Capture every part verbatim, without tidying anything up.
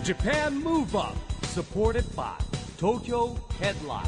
Japan Move Up supported by Tokyo Headline。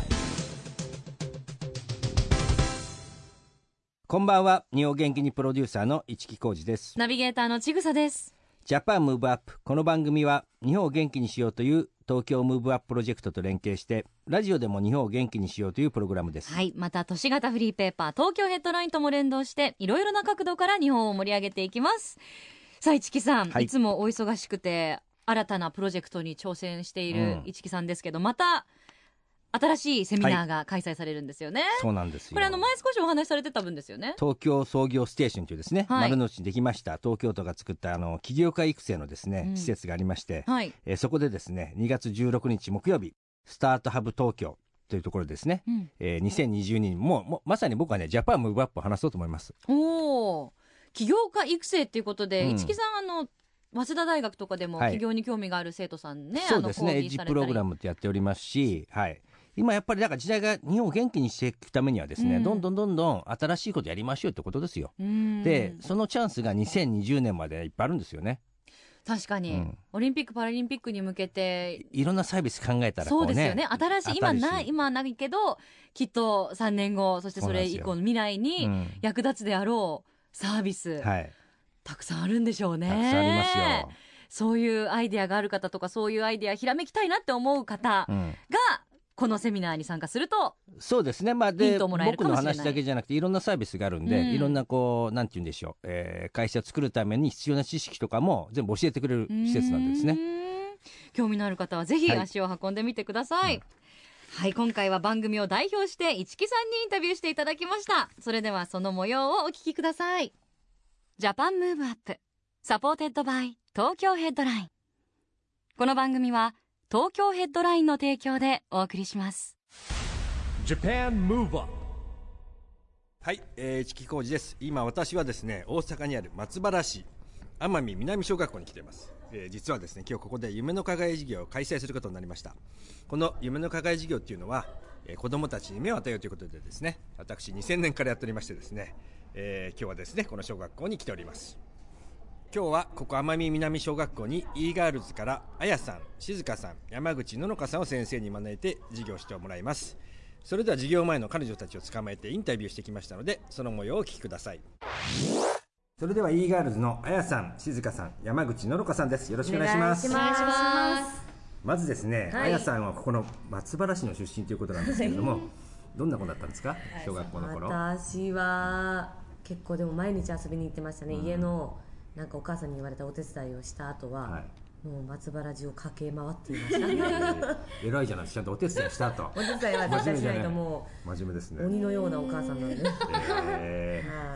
こんばんは。日本元気にプロデューサーの市木浩司です。 ナビゲーターのちぐさです。 ジャパンムーブアップ。この番組は日本を元気にしようという東京ムーブアッププロジェクトと連携してラジオでも日本を元気にしようというプログラムです。 はい、また都市型フリーペーパー東京ヘッドラインとも連動していろいろな角度から日本を盛り上げていきます。さあ市木さん、はい、いつもお忙しくて新たなプロジェクトに挑戦している市木さんですけど、うん、また新しいセミナーが開催されるんですよね。はい、 そうなんですよ。 これあの前少しお話しされてた分ですよね。 東京創業ステーションというですね、はい、丸の内にできました東京都が作ったあの起業家育成のですね、うん、施設がありまして、はい、えー、そこでですねにがつじゅうろくにち木曜日スタートハブ東京というところですね、うん、えー、にせんにじゅうにねんもう、もうまさに僕はねジャパンムーブアップを話そうと思います。 おー、起業家育成ということで、うん、市木さんあの早稲田大学とかでも起業に興味がある生徒さんね、はい、 そうですね、エッジプログラムってやっておりますし、はい、今やっぱりだから時代が日本を元気にしていくためにはですね、うん、どんどんどんどん新しいことやりましょうってことですよ。でそのチャンスがにせんにじゅうねんまでいっぱいあるんですよね。 確かに、うん、オリンピックパラリンピックに向けていろんなサービス考えたらこう、ね、 そうですよね。新しい今ない今はないけどきっとさんねんごそしてそれ以降の未来に役立つであろうサービス、うん、はい、たくさんあるんでしょうね。 たくさんありますよ。 そういうアイデアがある方とかそういうアイデアひらめきたいなって思う方が、うん、このセミナーに参加するとそうですね、まあ、で僕の話だけじゃなくていろんなサービスがあるんで、うん、いろんなこうなんて言うんでしょう、えー、会社を作るために必要な知識とかも全部教えてくれる施設なんですね。 興味のある方はぜひ足を運んでみてください。はい、うんはい、今回は番組を代表して市木さんにインタビューしていただきました。それではその模様をお聞きください。ジャパンムーブアップサポーテッドバイ東京ヘッドライン。この番組は東京ヘッドラインの提供でお送りします。 Japan Move Up。 はい、えー、市木浩司です。今私はですね大阪にある松原市天海南小学校に来ています。えー、実はですね今日ここで夢の課外授業を開催することになりました。この夢の課外授業っていうのは、えー、子どもたちに目を与えようということでですね私にせんねんからやっておりましてですね、えー、今日はですねこの小学校に来ております。今日はここ天海南小学校に e ガールズからあやさん、静香さん、山口ののかさんを先生に招いて授業してもらいます。それでは授業前の彼女たちを捕まえてインタビューしてきましたのでその模様をお聞きください。それでは e ガールズのあやさん、静香さん、山口ののかさんです。よろしくお願いします。 お願いします。 まずですね、はい、あやさんはここの松原市の出身ということなんですけれども、はい、どんな子だったんですか、小学校の頃。 私は結構でも毎日遊びに行ってましたね、うん、家のなんかお母さんに言われたお手伝いをした後は、はい、もう松原中を駆け回っていました、ね、 偉いじゃないですか、ちゃんとお手伝いした後お手伝いは絶対しないともう真面目ですね、 鬼のようなお母さんなんで、 えーはい、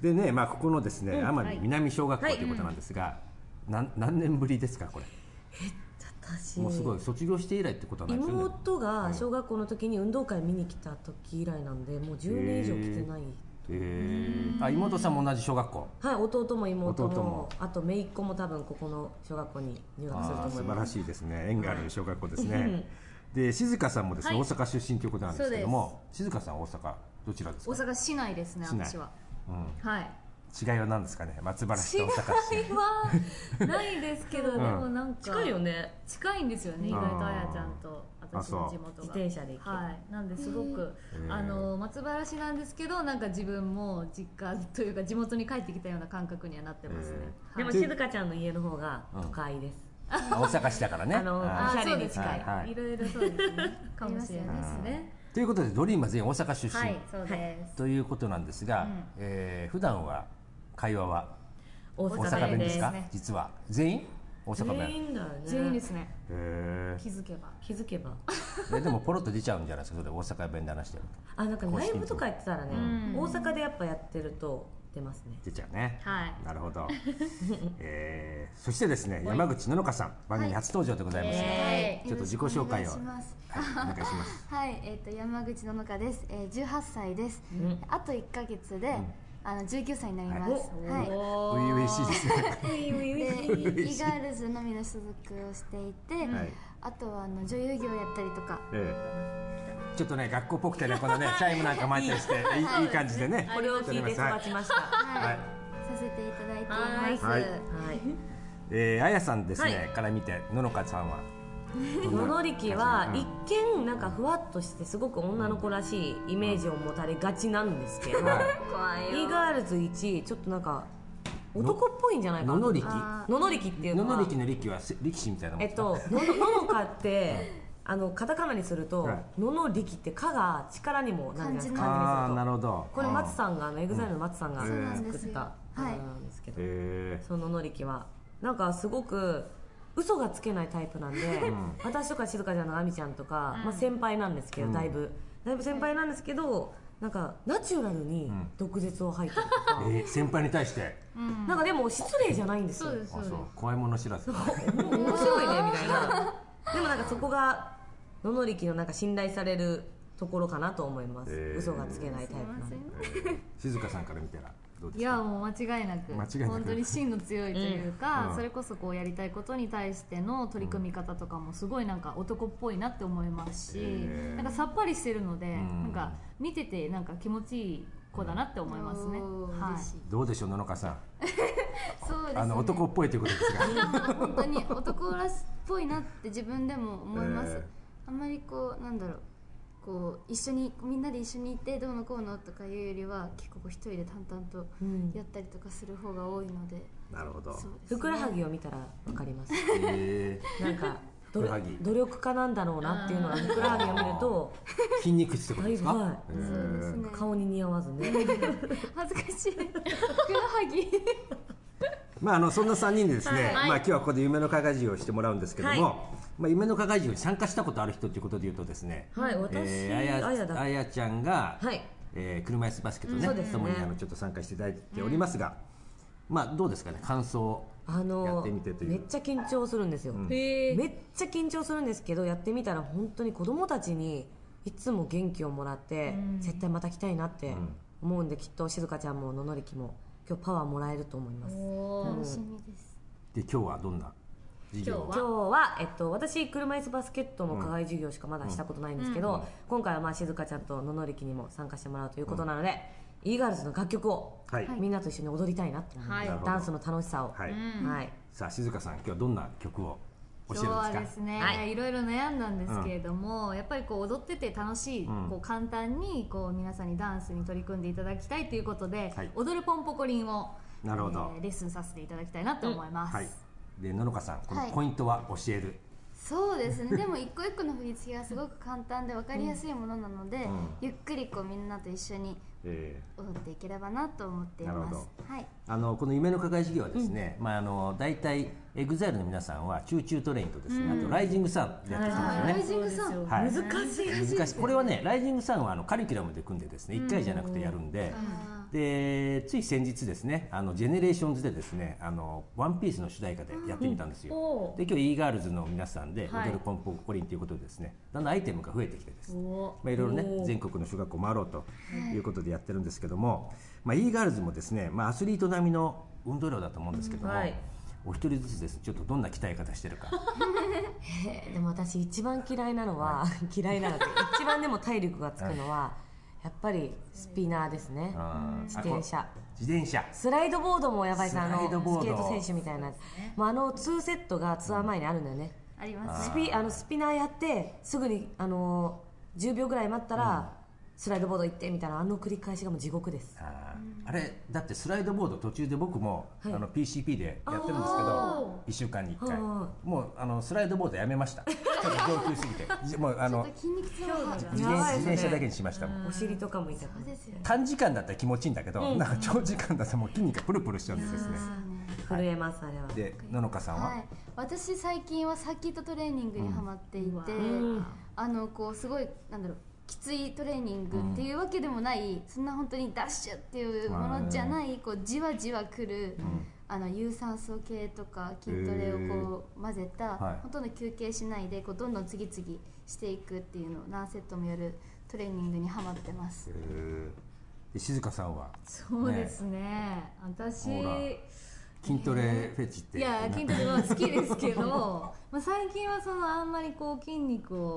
でね、まあ、ここのですね、うん、天海南小学校ということなんですが、はいはい、何年ぶりですかこれ。 え私もうすごい卒業して以来ってことなんですよね。 妹が小学校の時に運動会見に来た時以来なんでもうじゅうねん以上来てない。 えー、あ妹さんも同じ小学校。 はい、弟も妹 も, もあと姪っ子も多分ここの小学校に入学すると思います。 素晴らしいですね、縁がある小学校ですね、はい、で静香さんもですね、はい、大阪出身ということなんですけども、静香さん大阪どちらですか。 大阪市内ですね、私は、うん、はい。 違いは何ですかね、松原市と大阪市。 違いはないですけど、うん、でもなんか近いよね。 近いんですよね、意外とあやちゃんと私の地元が自転車で行ける、 はい、なんですごく、あの松原市なんですけどなんか自分も実家というか地元に帰ってきたような感覚にはなってますね、 はい、でも静香ちゃんの家の方が都会です、 うん、大阪市だからねあのおしゃれに近い、 はい、いろいろそうですねかもしれないですね。 ということでドリームは全員大阪出身、 はい、そうです、 ということなんですが、うん、えー、普段は会話は大阪弁ですか。実は全員大阪弁。 全員だよね。 全員ですね。 へ気づけば気づけばえでもポロッと出ちゃうんじゃないですか、それ大阪弁で話してると。 あ、なんかライブとかやってたらね、大阪でやっぱやってると出ますね。 出ちゃうね。 はい。 なるほど。えー、そしてですね、山口ののかさん、番組初登場でございます。はい、ちょっと自己紹介をお願いします。 はい、えっと山口ののかです。えー、じゅうはっさいです。うん、あといっかげつで、うん、あのじゅうきゅうさいになります。はい。 初々しいですね。 で、イガールズのみの所属をしていて、はい、あとはあの女優業やったりとか。ええ、ちょっとね学校っぽくてねこのねチャイムなんか巻いたりしていいいい感じでね。 これを聞いて育ちました。 はい。させていただいています。はい。 えー、あやさんですね、 はい、 から見てののかさんはののりきは一見なんかふわっとしてすごく女の子らしいイメージを持たれがちなんですけど、 はい、 イーガールズいちちょっとなんか男っぽいんじゃないかな。 ののりきののりきっていうのはののりきの力は力士みたいなもんえっとのののかってあのカタカナにすると、はい、ののりきってかが力にもなるじゃないですか。 ああなるほど。 これ松さんがあのエグザイルの松さんが作ったカタカナなんですけど、そのののりきはなんかすごく嘘がつけないタイプなんで、うん、私とか静香ちゃんのあみちゃんとか、うんまあ、先輩なんですけど、うん、だいぶだいぶ先輩なんですけどなんかナチュラルに毒舌を吐いてるとか、 うんえー、先輩に対して、 うん、なんかでも失礼じゃないんですよ。 そうですそうです。 怖いもの知らず面白いねみたいなでもなんかそこがののりきのなんか信頼されるところかなと思います、えー、嘘がつけないタイプなんで、 えー、静香さんから見たらどうですか？ いやもう間違いなく間違いなく本当に芯の強いというか、 うん、 それこそこうやりたいことに対しての取り組み方とかもすごいなんか男っぽいなって思いますし、えー、なんかさっぱりしてるので、うん、なんか見ててなんか気持ちいい子だなって思いますね、はい、 どうでしょうののかさんそうですね、 あの男っぽいということですが本当に男らしっぽいなって自分でも思います、えー、あんまりこうなんだろうこう一緒にみんなで一緒にいてどうのこうのとかいうよりは結構一人で淡々とやったりとかする方が多いので、 うん、なるほど、 ね、ふくらはぎを見たら分かります、 えー、 なんか努力家なんだろうなっていうのがふくらはぎを見ると筋肉質ってことですか？ はい、そうですね、顔に似合わずね恥ずかしいふくらはぎまあ、あのそんなさんにんでですね、はいまあ、今日はここで夢の課外授業をしてもらうんですけども、はいまあ、夢の課外授業に参加したことある人ということでいうとですね、 はい、私、 えー、あやだあやちゃんが、はいえー、車椅子バスケットね、うん、ともにあのちょっと参加していただいておりますが、うんまあ、どうですかね感想をやってみてという。 めっちゃ緊張するんですよ、うん、めっちゃ緊張するんですけどやってみたら本当に子供たちにいつも元気をもらって、うん、絶対また来たいなって思うんで、きっと静香ちゃんもののりきも今日パワーもらえると思います。 楽しみです。 で今日はどんな授業？ 今日は、えっと、私車椅子バスケットの課外授業しかまだしたことないんですけど、うんうん、今回はまあ静香ちゃんとののりきにも参加してもらうということなので、うん、イーガールズの楽曲を、はい、みんなと一緒に踊りたいなと思います、はい、ダンスの楽しさを、はいはい、 さあ静香さん今日はどんな曲を教えるんですか？ 今日はですね、はい、いろいろ悩んだんですけれども、うん、やっぱりこう踊ってて楽しい、うん、こう簡単にこう皆さんにダンスに取り組んでいただきたいということで、はい、踊るポンポコリンをなるほど、えー、レッスンさせていただきたいなと思います、うんはい、 でののかさんこのポイントは教える、はい、 そうですねでも一個一個の振り付けがすごく簡単で分かりやすいものなので、うん、ゆっくりこうみんなと一緒に踊っていければなと思っています、なるほど、はい、 あのこの夢の課外授業はですね、うんまあ、あの大体エグザイルの皆さんはチューチュートレインとですね、うん、あとライジングサンでやってきてますよね。 ライジングサン、 はい、 難しい難しいこれはねライジングサンはあのカリキュラムで組んでですねいっかいじゃなくてやるんで、でつい先日ですねあのジェネレーションズでですねあのワンピースの主題歌でやってみたんですよ、うん、で今日 e ガールズの皆さんで踊るポンポコリンということでですね、はい、だんだんアイテムが増えてきてですね、まあ、いろいろね全国の小学校回ろうということでやってるんですけども、まあ、e ガールズもですね、まあ、アスリート並みの運動量だと思うんですけども、はい、お一人ずつですちょっとどんな鍛え方してるかへでも私一番嫌いなのは、はい、嫌いなのって一番でも体力がつくのは、はい、やっぱりスピナーですね、自転車自転車スライドボードもやばいさあのスケート選手みたいな、もうあのにセットがツアー前にあるんだよね、 ありますスピあのスピナーやってすぐにあのじゅうびょうぐらい待ったら、うんスライドボード行ってみたいなあの繰り返しがもう地獄です。 あ, あれだってスライドボード途中で僕も、はい、あの ピーシーピー でやってるんですけどいっしゅうかんにいっかいもうあのスライドボードやめましたちょっと上級すぎてもうあの筋肉痛が自, 自, 自転車だけにしましたもん。 お尻とかも痛くて短時間だったら気持ちいいんだけど、うん、なんか長時間だともう筋肉がプルプルしちゃうんですね。 震えますあれは。 でののかさんは、はい、 私最近はサーキットトレーニングにハマっていて、うん、あのこうすごいなんだろうきついトレーニングっていうわけでもない、うん、そんな本当にダッシュっていうものじゃないこうじわじわくる、うん、あの有酸素系とか筋トレをこう混ぜた、はい、ほとんど休憩しないでこうどんどん次々していくっていうのを何セットもやるトレーニングにハマってます。 で静香さんはそうですね、ね私筋トレフェチって、 いや筋トレは好きですけどまあ最近はそのあんまりこう筋肉を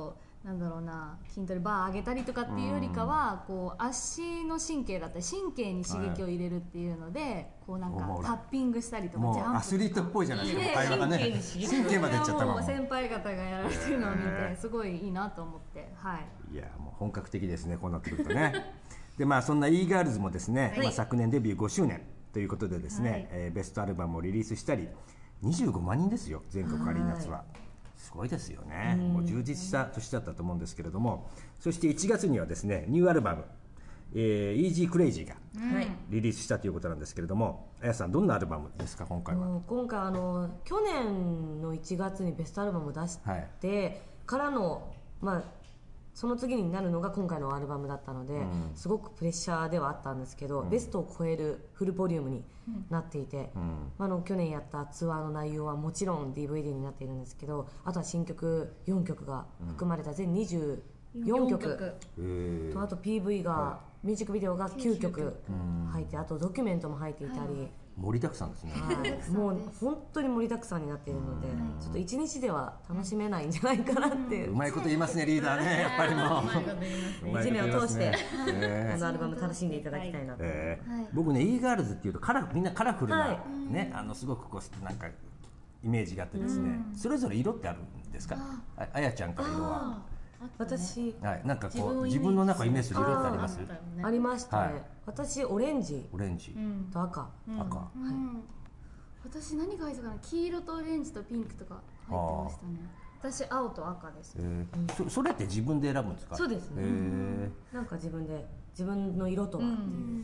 なんだろうな、筋トレバー上げたりとかっていうよりかは、こう足の神経だったり神経に刺激を入れるっていうので、こうなんかタッピングしたりとかジャンプとか、 もうアスリートっぽいじゃないですか、会話がね。神経までいっちゃったもん。 先輩方がやられてるのを見てすごいいいなと思って、はい。 いやもう本格的ですね、こうなってくるとね。でまあそんな e ガールズもですね、まあ昨年デビューごしゅうねんということでですね、はい、えー、ベストアルバムをリリースしたり、にじゅうごまんにんですよ、全国アリーナツアー。すごいですよね。もう充実した年だったと思うんですけれども、そしていちがつにはですねニューアルバム、えー、Easy Crazy がリリースしたということなんですけれども、あやさんどんなアルバムですか今回は？ 今回あの去年のいちがつにベストアルバムを出してからの、まあその次になるのが今回のアルバムだったので、うん、すごくプレッシャーではあったんですけど、うん、ベストを超えるフルボリュームになっていて、うん、まあ、の去年やったツアーの内容はもちろん ディーブイディー になっているんですけど、あとは新曲よんきょくが含まれた全にじゅうよんきょくと、あと ピーブイ が、ミュージックビデオがきゅうきょく入って、あとドキュメントも入っていたり、 盛りだくさんですね。 もう本当に盛りだくさんになっているので、ちょっと一日では楽しめないんじゃないかなっていう。 うまいこと言いますね、リーダーね、やっぱりもう。 いちねんを通してこのアルバム楽しんでいただきたいなと。 僕ね、e ガールズっていうとカラみんなカラフルなね、あのすごくこうなんかイメージがあってですね、それぞれ色ってあるんですか？あ、あやちゃんから色は。 私、 はい、なんかこう自分の中イメージする色ってあります？ ありましたね。私オレンジ、 オレンジと赤、 赤。はい。 私何が入ってたかな、黄色とオレンジとピンクとか入ってましたね。 私青と赤です。 そそれって自分で選ぶんですか？ そうですね。なんか自分で自分の色とはっていう。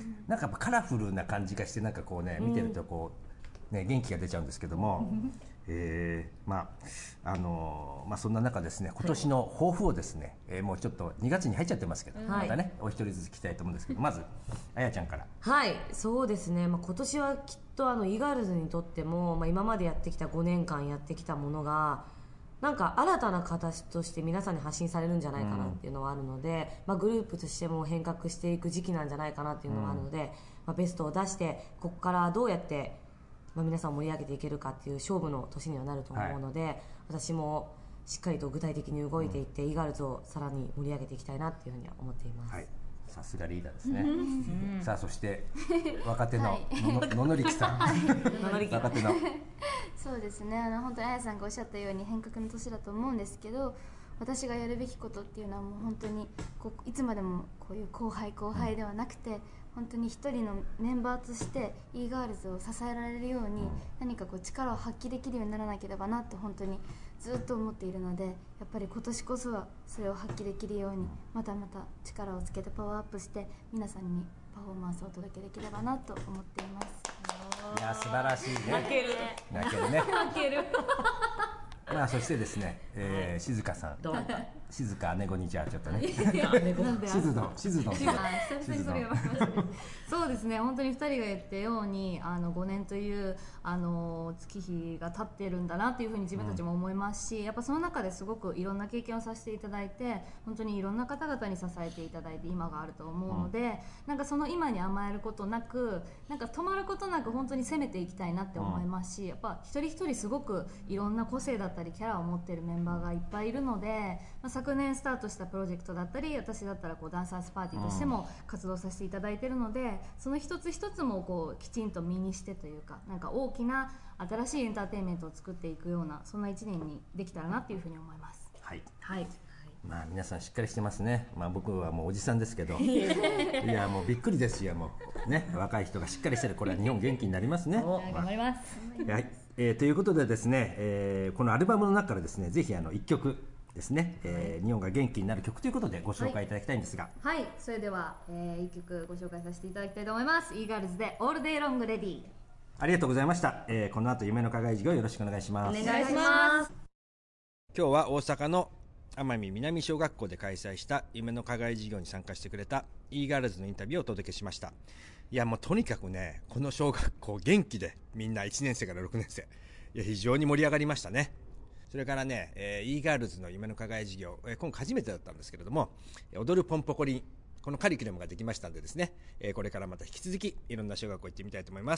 なんかやっぱカラフルな感じがして、なんかこうね見てるとこうね元気が出ちゃうんですけども。えー、まああのー、まあそんな中ですね、今年の抱負をですね、えー、もうちょっとにがつに入っちゃってますけど、はい、またねお一人ずつ聞きたいと思うんですけど、まずあやちゃんから。 はい、そうですね、まあ、今年はきっとあの e ガールズにとっても、まあ、今までやってきたごねんかんやってきたものがなんか新たな形として皆さんに発信されるんじゃないかなっていうのはあるので、うん、まあ、グループとしても変革していく時期なんじゃないかなっていうのがあるので、うん、まあ、ベストを出してここからどうやってまあ皆さんを盛り上げていけるかっていう勝負の年にはなると思うので、はい、私もしっかりと具体的に動いていって、うん、e ガールズをさらに盛り上げていきたいなっていうふうには思っています。 はい、さすがリーダーですね。うん、さあそして若手ののののりきさん、若手のそうですね、あの本当にあやさんがおっしゃったように変革の年だと思うんですけど、私がやるべきことっていうのはもう本当にこういつまでもこういう後輩後輩ではなくて、うん、本当に一人のメンバーとして e ガールズを支えられるように何かこう力を発揮できるようにならなければなと本当にずっと思っているので、やっぱり今年こそはそれを発揮できるようにまたまた力をつけてパワーアップして皆さんにパフォーマンスをお届けできればなと思っています。 いや素晴らしいね。 泣ける泣けるね。 泣けるまあそしてですね、えー、静香さん、静香姉子にじゃあちょっとね、静の静のそうですね、本当にふたりが言ったようにあのごねんというあの月日が経ってるんだなっていうふうに自分たちも思いますし、うん、やっぱその中ですごくいろんな経験をさせていただいて、本当にいろんな方々に支えていただいて今があると思うので、うん、なんかその今に甘えることなく、なんか止まることなく本当に攻めていきたいなって思いますし、やっぱ一人一人すごくいろんな個性だったりキャラを持っているメンバーがいっぱいいるので、まあ、昨年スタートしたプロジェクトだったり、私だったらこうダンサーズパーティーとしても活動させていただいているので、その一つ一つもこうきちんと身にしてというか、なんか大きな新しいエンターテインメントを作っていくようなそんないちねんにできたらなっていうふうに思います。 はい、 はい、 まあ皆さんしっかりしてますね。まあ僕はもうおじさんですけどいやもうびっくりですよ。もうね、若い人がしっかりしてる、これは日本元気になりますね。 頑張ります。 はい、えー、ということでですね、えー、このアルバムの中からですね、ぜひあのいっきょくですね、えー、日本が元気になる曲ということでご紹介いただきたいんですが、 はい、はい、それでは、えー、いっきょくご紹介させていただきたいと思います。 e ガールズでオールデイロングレディ。 ありがとうございました。えー、この後夢の課外授業よろしくお願いします。 お願いします。 今日は大阪の奄美南小学校で開催した夢の課外授業に参加してくれた e ガールズのインタビューをお届けしました。いやもうとにかくね、この小学校元気で、みんないちねんせいからろくねんせい、いや非常に盛り上がりましたね。それからね、えー、e ガールズの夢の課外授業、えー、今回初めてだったんですけれども、踊るポンポコリン、このカリキュラムができましたんでですね、えー、これからまた引き続きいろんな小学校行ってみたいと思います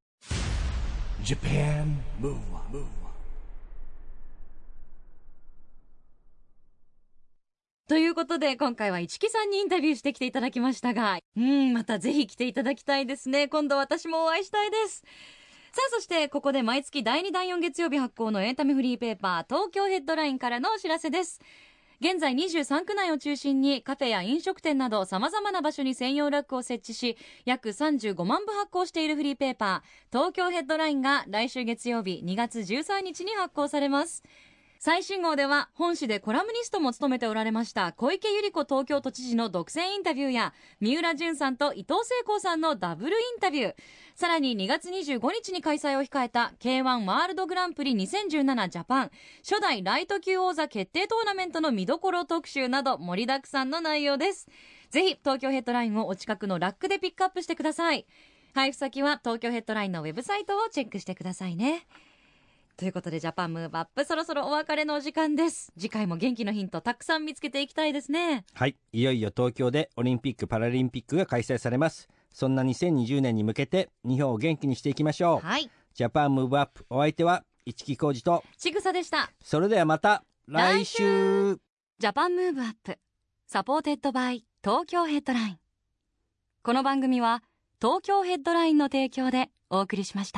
。Japan Move On ということで今回は市木さんにインタビューしてきていただきましたが、うんまたぜひ来ていただきたいですね。今度私もお会いしたいです。さあそしてここで毎月だいにだいよん月曜日発行のエンタメフリーペーパー東京ヘッドラインからのお知らせです。現在にじゅうさんく内を中心にカフェや飲食店など様々な場所に専用ラックを設置し、約さんじゅうごまんぶ発行しているフリーペーパー東京ヘッドラインが来週月曜日にがつじゅうさんにちに発行されます。最新号では本誌でコラムニストも務めておられました小池百合子東京都知事の独占インタビューや三浦淳さんと伊藤聖光さんのダブルインタビュー、さらににがつにじゅうごにちに開催を控えた ケーワン ワールドグランプリにせんじゅうななジャパン初代ライト級王座決定トーナメントの見どころ特集など盛りだくさんの内容です。ぜひ東京ヘッドラインをお近くのラックでピックアップしてください。配布先は東京ヘッドラインのウェブサイトをチェックしてくださいね。ということでジャパンムーブアップそろそろお別れのお時間です。次回も元気のヒントたくさん見つけていきたいですね。 はい、いよいよ東京でオリンピック・パラリンピックが開催されます。そんなにせんにじゅうねんに向けて日本を元気にしていきましょう。 はい、 ジャパンムーブアップ、お相手は市木浩二とちぐさでした。 それではまた来週。 ジャパンムーブアップサポーテッドバイ東京ヘッドライン。この番組は東京ヘッドラインの提供でお送りしました。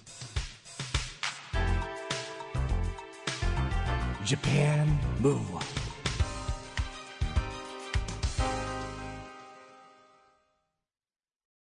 Japan Move Up